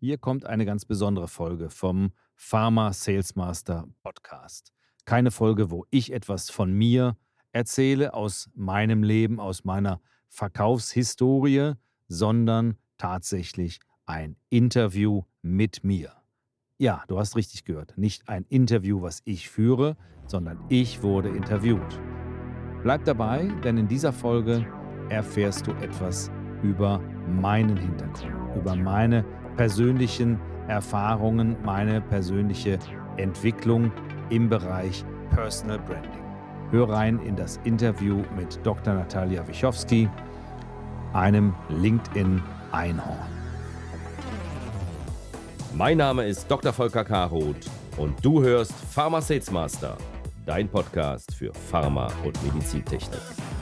Hier kommt eine ganz besondere Folge vom Pharma Sales Master Podcast. Keine Folge, wo ich etwas von mir erzähle, aus meinem Leben, aus meiner Verkaufshistorie, sondern tatsächlich ein Interview mit mir. Ja, du hast richtig gehört. Nicht ein Interview, was ich führe, sondern ich wurde interviewt. Bleib dabei, denn in dieser Folge erfährst du etwas über meinen Hintergrund, über meine persönlichen Erfahrungen, meine persönliche Entwicklung im Bereich Personal Branding. Hör rein in das Interview mit Dr. Natalia Wichowski, einem LinkedIn-Einhorn. Mein Name ist Dr. Volker Karoth und du hörst Pharma Sales Master, dein Podcast für Pharma- und Medizintechnik.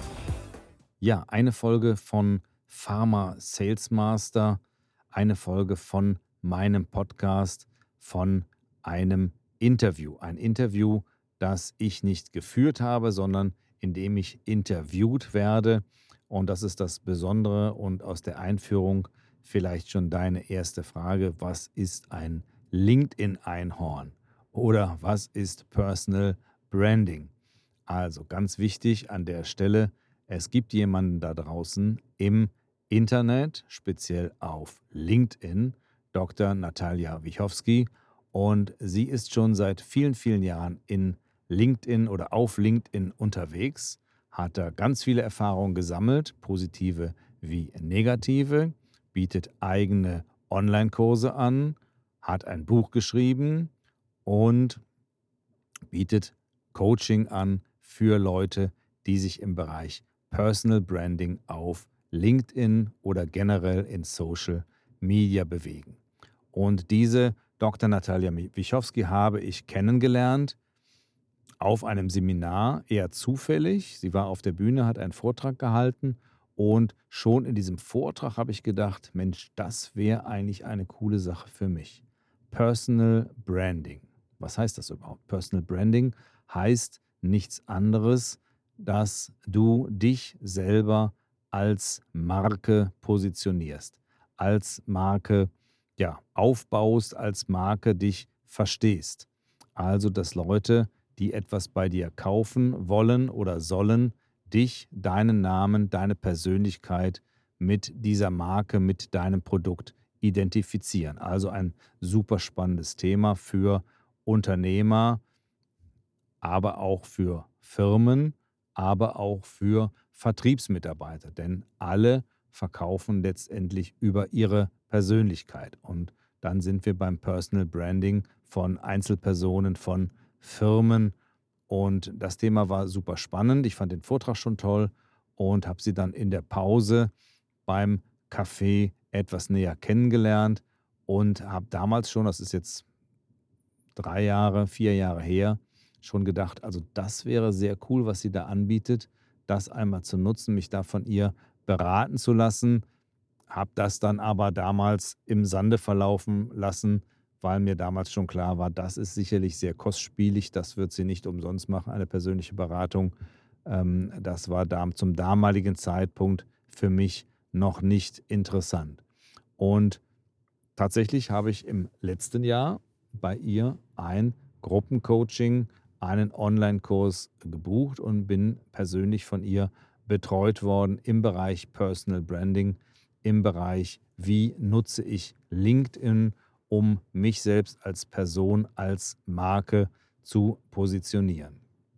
Ja, eine Folge von Pharma Sales Master, eine Folge von meinem Podcast, von einem Interview. Ein Interview, das ich nicht geführt habe, sondern in dem ich interviewt werde. Und das ist das Besondere und aus der Einführung vielleicht schon deine erste Frage: Was ist ein LinkedIn-Einhorn oder was ist Personal Branding? Also ganz wichtig an der Stelle: Es gibt jemanden da draußen im Internet, speziell auf LinkedIn, Dr. Natalia Wichowski, und sie ist schon seit vielen, vielen Jahren in LinkedIn oder auf LinkedIn unterwegs, hat da ganz viele Erfahrungen gesammelt, positive wie negative, bietet eigene Online-Kurse an, hat ein Buch geschrieben und bietet Coaching an für Leute, die sich im Bereich Personal Branding auf LinkedIn oder generell in Social Media bewegen. Und diese Dr. Natalia Wichowski habe ich kennengelernt auf einem Seminar, eher zufällig. Sie war auf der Bühne, hat einen Vortrag gehalten und schon in diesem Vortrag habe ich gedacht, Mensch, das wäre eigentlich eine coole Sache für mich. Personal Branding. Was heißt das überhaupt? Personal Branding heißt nichts anderes, dass du dich selber als Marke positionierst, als Marke aufbaust, als Marke dich verstehst. Also, dass Leute, die etwas bei dir kaufen wollen oder sollen, dich, deinen Namen, deine Persönlichkeit mit dieser Marke, mit deinem Produkt identifizieren. Also ein super spannendes Thema für Unternehmer, aber auch für Firmen, aber auch für Vertriebsmitarbeiter. Denn alle verkaufen letztendlich über ihre Persönlichkeit. Und dann sind wir beim Personal Branding von Einzelpersonen, von Firmen. Und das Thema war super spannend. Ich fand den Vortrag schon toll und habe sie dann in der Pause beim Café etwas näher kennengelernt und habe damals schon, das ist jetzt 3 Jahre, 4 Jahre her, schon gedacht, also das wäre sehr cool, was sie da anbietet, das einmal zu nutzen, mich da von ihr beraten zu lassen. Habe das dann aber damals im Sande verlaufen lassen, weil mir damals schon klar war, das ist sicherlich sehr kostspielig, das wird sie nicht umsonst machen, eine persönliche Beratung. Das war zum damaligen Zeitpunkt für mich noch nicht interessant. Und tatsächlich habe ich im letzten Jahr bei ihr ein Gruppencoaching, einen Online-Kurs gebucht und bin persönlich von ihr betreut worden im Bereich Personal Branding, im Bereich, wie nutze ich LinkedIn, um mich selbst als Person, als Marke zu positionieren.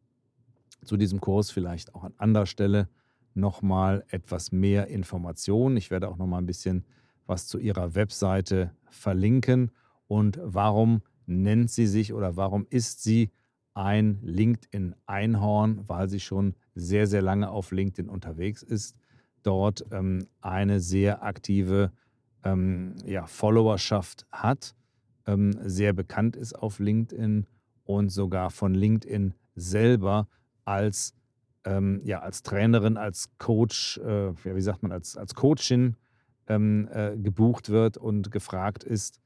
Zu diesem Kurs vielleicht auch an anderer Stelle nochmal etwas mehr Informationen. Ich werde auch nochmal ein bisschen was zu ihrer Webseite verlinken. Und warum nennt sie sich oder warum ist sie ein LinkedIn-Einhorn? Weil sie schon sehr, sehr lange auf LinkedIn unterwegs ist, dort eine sehr aktive Followerschaft hat, sehr bekannt ist auf LinkedIn und sogar von LinkedIn selber als, als Trainerin, als Coach, wie sagt man, als Coachin gebucht wird und gefragt ist,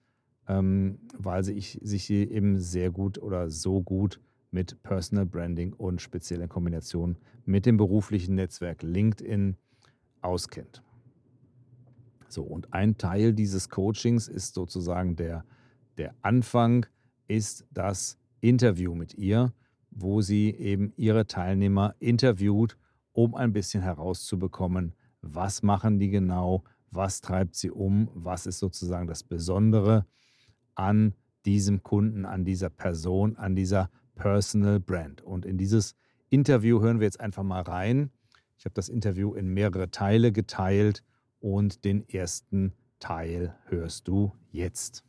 weil sich eben sehr gut oder so gut mit Personal Branding und speziell in Kombination mit dem beruflichen Netzwerk LinkedIn auskennt. So, und ein Teil dieses Coachings ist sozusagen der Anfang, ist das Interview mit ihr, wo sie eben ihre Teilnehmer interviewt, um ein bisschen herauszubekommen, was machen die genau, was treibt sie um, was ist sozusagen das Besondere an diesem Kunden, an dieser Person, an dieser Personal Brand. Und in dieses Interview hören wir jetzt einfach mal rein. Ich habe das Interview in mehrere Teile geteilt und den ersten Teil hörst du jetzt.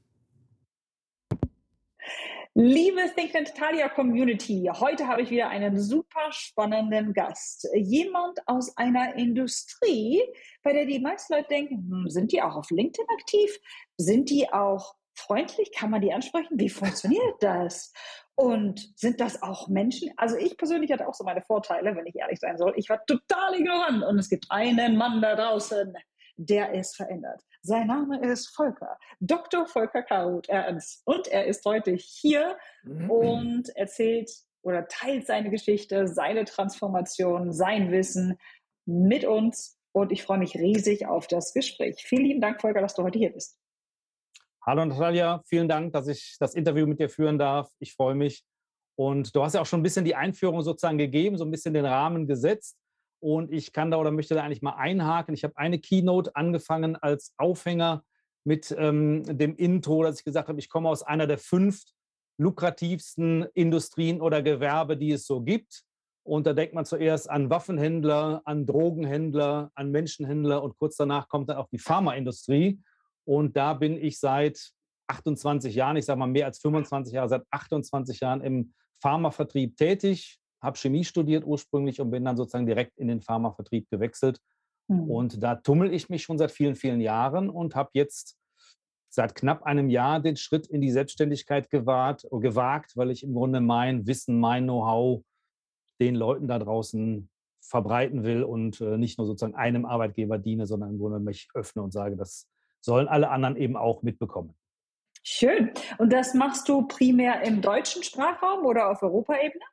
Liebe Think Natalia Community, heute habe ich wieder einen super spannenden Gast. Jemand aus einer Industrie, bei der die meisten Leute denken, sind die auch auf LinkedIn aktiv? Sind die auch freundlich? Kann man die ansprechen? Wie funktioniert das? Und sind das auch Menschen? Also ich persönlich hatte auch so meine Vorteile, wenn ich ehrlich sein soll. Ich war total ignorant und es gibt einen Mann da draußen, der ist verändert. Sein Name ist Volker, Dr. Volker Karoth. Und er ist heute hier und erzählt oder teilt seine Geschichte, seine Transformation, sein Wissen mit uns. Und ich freue mich riesig auf das Gespräch. Vielen lieben Dank, Volker, dass du heute hier bist. Hallo Natalia, vielen Dank, dass ich das Interview mit dir führen darf. Ich freue mich. Und du hast ja auch schon ein bisschen die Einführung sozusagen gegeben, so ein bisschen den Rahmen gesetzt. Und ich kann da oder möchte da eigentlich mal einhaken. Ich habe eine Keynote angefangen als Aufhänger mit dem Intro, dass ich gesagt habe, ich komme aus einer der 5 lukrativsten Industrien oder Gewerbe, die es so gibt. Und da denkt man zuerst an Waffenhändler, an Drogenhändler, an Menschenhändler und kurz danach kommt dann auch die Pharmaindustrie. Und da bin ich seit 28 Jahren, ich sage mal mehr als 25 Jahre, seit 28 Jahren im Pharmavertrieb tätig, habe Chemie studiert ursprünglich und bin dann sozusagen direkt in den Pharmavertrieb gewechselt. Und da tummel ich mich schon seit vielen, vielen Jahren und habe jetzt seit knapp einem Jahr den Schritt in die Selbstständigkeit gewagt, weil ich im Grunde mein Wissen, mein Know-how den Leuten da draußen verbreiten will und nicht nur sozusagen einem Arbeitgeber diene, sondern im Grunde mich öffne und sage, das sollen alle anderen eben auch mitbekommen. Schön. Und das machst du primär im deutschen Sprachraum oder auf Europaebene?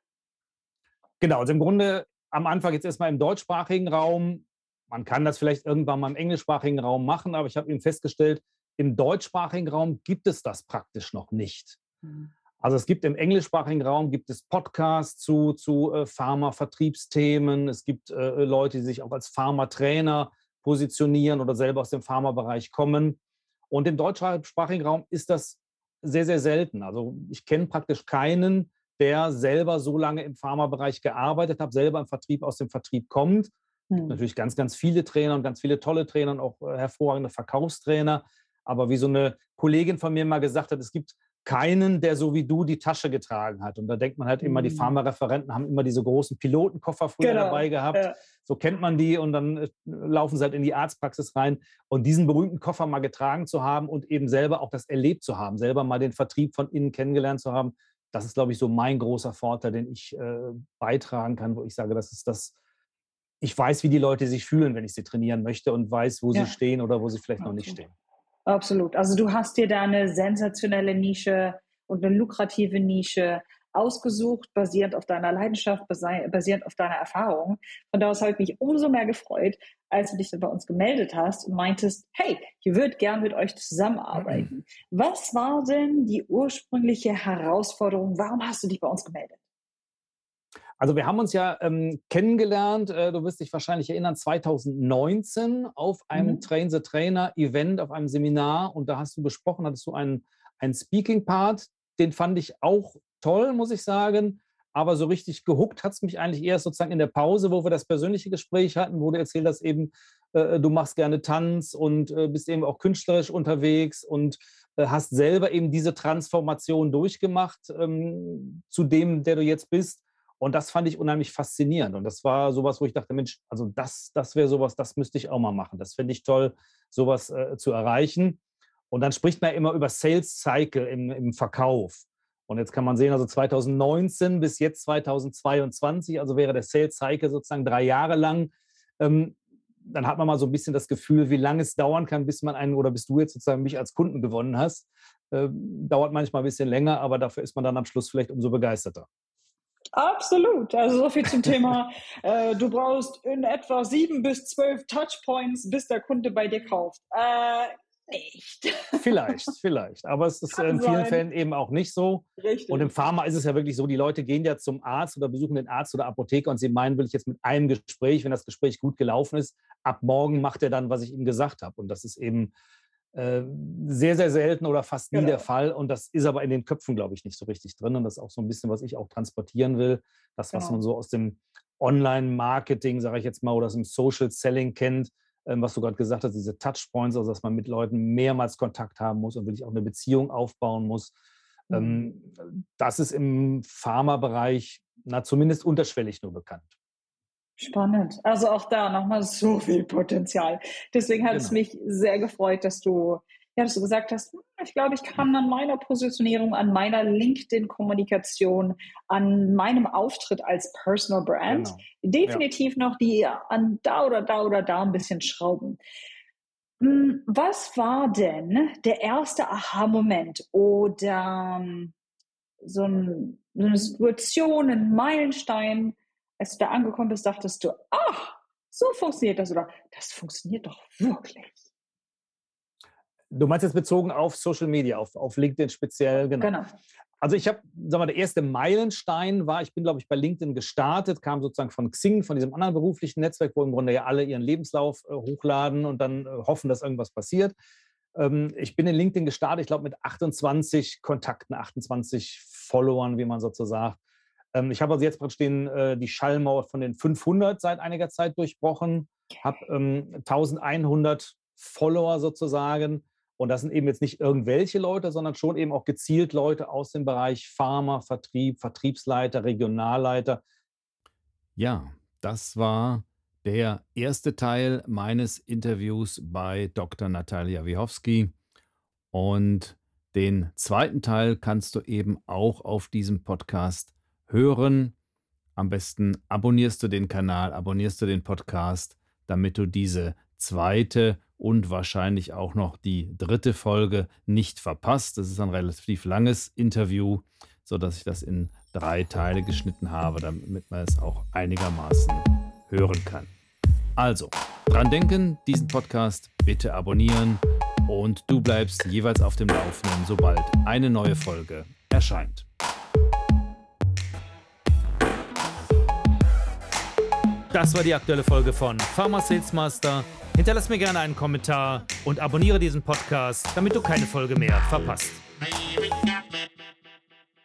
Genau, also im Grunde am Anfang jetzt erstmal im deutschsprachigen Raum. Man kann das vielleicht irgendwann mal im englischsprachigen Raum machen, aber ich habe eben festgestellt, im deutschsprachigen Raum gibt es das praktisch noch nicht. Also es gibt im englischsprachigen Raum gibt es Podcasts zu Pharma-Vertriebsthemen. Es gibt Leute, die sich auch als Pharmatrainer positionieren oder selber aus dem Pharmabereich kommen. Und im deutschsprachigen Raum ist das sehr, sehr selten. Also ich kenne praktisch keinen, der selber so lange im Pharmabereich gearbeitet hat, selber im Vertrieb aus dem Vertrieb kommt. Natürlich ganz, ganz viele Trainer und ganz viele tolle Trainer und auch hervorragende Verkaufstrainer. Aber wie so eine Kollegin von mir mal gesagt hat, es gibt keinen, der so wie du die Tasche getragen hat. Und da denkt man halt immer, die Pharmareferenten haben immer diese großen Pilotenkoffer früher dabei gehabt. Ja. So kennt man die und dann laufen sie halt in die Arztpraxis rein. Und diesen berühmten Koffer mal getragen zu haben und eben selber auch das erlebt zu haben, selber mal den Vertrieb von innen kennengelernt zu haben, das ist, glaube ich, so mein großer Vorteil, den ich beitragen kann, wo ich sage, das ist das, ich weiß, wie die Leute sich fühlen, wenn ich sie trainieren möchte und weiß, wo sie stehen oder wo sie vielleicht noch nicht stehen. Absolut. Also du hast dir da eine sensationelle Nische und eine lukrative Nische ausgesucht, basierend auf deiner Leidenschaft, basierend auf deiner Erfahrung. Von da aus habe ich mich umso mehr gefreut, als du dich bei uns gemeldet hast und meintest, hey, ich würde gern mit euch zusammenarbeiten. Was war denn die ursprüngliche Herausforderung? Warum hast du dich bei uns gemeldet? Also wir haben uns ja kennengelernt, du wirst dich wahrscheinlich erinnern, 2019 auf einem Train the Trainer Event, auf einem Seminar und da hast du besprochen, hattest du einen Speaking-Part, den fand ich auch toll, muss ich sagen, aber so richtig gehuckt hat es mich eigentlich erst sozusagen in der Pause, wo wir das persönliche Gespräch hatten, wo du erzählt hast eben, du machst gerne Tanz und bist eben auch künstlerisch unterwegs und hast selber eben diese Transformation durchgemacht zu dem, der du jetzt bist. Und das fand ich unheimlich faszinierend. Und das war sowas, wo ich dachte, Mensch, also das wäre sowas, das müsste ich auch mal machen. Das finde ich toll, sowas zu erreichen. Und dann spricht man ja immer über Sales Cycle im Verkauf. Und jetzt kann man sehen, also 2019 bis jetzt 2022, also wäre der Sales Cycle sozusagen 3 Jahre lang. Dann hat man mal so ein bisschen das Gefühl, wie lange es dauern kann, bis man einen oder bis du jetzt sozusagen mich als Kunden gewonnen hast. Dauert manchmal ein bisschen länger, aber dafür ist man dann am Schluss vielleicht umso begeisterter. Absolut. Also so viel zum Thema, du brauchst in etwa 7 bis 12 Touchpoints, bis der Kunde bei dir kauft. Nicht. Vielleicht. Aber es ist Kann in vielen sein. Fällen eben auch nicht so. Richtig. Und im Pharma ist es ja wirklich so, die Leute gehen ja zum Arzt oder besuchen den Arzt oder Apotheker und sie meinen, will ich jetzt mit einem Gespräch, wenn das Gespräch gut gelaufen ist, ab morgen macht er dann, was ich ihm gesagt habe. Und das ist eben sehr, sehr selten oder fast nie der Fall. Und das ist aber in den Köpfen, glaube ich, nicht so richtig drin. Und das ist auch so ein bisschen, was ich auch transportieren will. Das, was man so aus dem Online-Marketing, sage ich jetzt mal, oder aus dem Social Selling kennt, was du gerade gesagt hast, diese Touchpoints, also dass man mit Leuten mehrmals Kontakt haben muss und wirklich auch eine Beziehung aufbauen muss. Das ist im Pharmabereich zumindest unterschwellig nur bekannt. Spannend. Also auch da nochmal so viel Potenzial. Deswegen hat es mich sehr gefreut, dass du gesagt hast, ich glaube, ich kann an meiner Positionierung, an meiner LinkedIn-Kommunikation, an meinem Auftritt als Personal Brand definitiv noch die an da oder da ein bisschen schrauben. Was war denn der erste Aha-Moment oder so eine Situation, ein Meilenstein, als du da angekommen bist, dachtest du, so funktioniert das oder das funktioniert doch wirklich. Du meinst jetzt bezogen auf Social Media, auf LinkedIn speziell, genau. Also ich habe, der erste Meilenstein war, ich bin, glaube ich, bei LinkedIn gestartet, kam sozusagen von Xing, von diesem anderen beruflichen Netzwerk, wo im Grunde ja alle ihren Lebenslauf hochladen und dann hoffen, dass irgendwas passiert. Ich bin in LinkedIn gestartet, ich glaube, mit 28 Kontakten, 28 Followern, wie man so sagt. Ich habe also jetzt praktisch die Schallmauer von den 500 seit einiger Zeit durchbrochen, habe 1100 Follower sozusagen. Und das sind eben jetzt nicht irgendwelche Leute, sondern schon eben auch gezielt Leute aus dem Bereich Pharma, Vertrieb, Vertriebsleiter, Regionalleiter. Ja, das war der erste Teil meines Interviews bei Dr. Natalia Wiechowski. Und den zweiten Teil kannst du eben auch auf diesem Podcast hören. Am besten abonnierst du den Kanal, abonnierst du den Podcast, damit du diese zweite und wahrscheinlich auch noch die dritte Folge nicht verpasst. Das ist ein relativ langes Interview, sodass ich das in 3 Teile geschnitten habe, damit man es auch einigermaßen hören kann. Also, dran denken, diesen Podcast bitte abonnieren und du bleibst jeweils auf dem Laufenden, sobald eine neue Folge erscheint. Das war die aktuelle Folge von Pharma Sales Master. Hinterlass mir gerne einen Kommentar und abonniere diesen Podcast, damit du keine Folge mehr verpasst.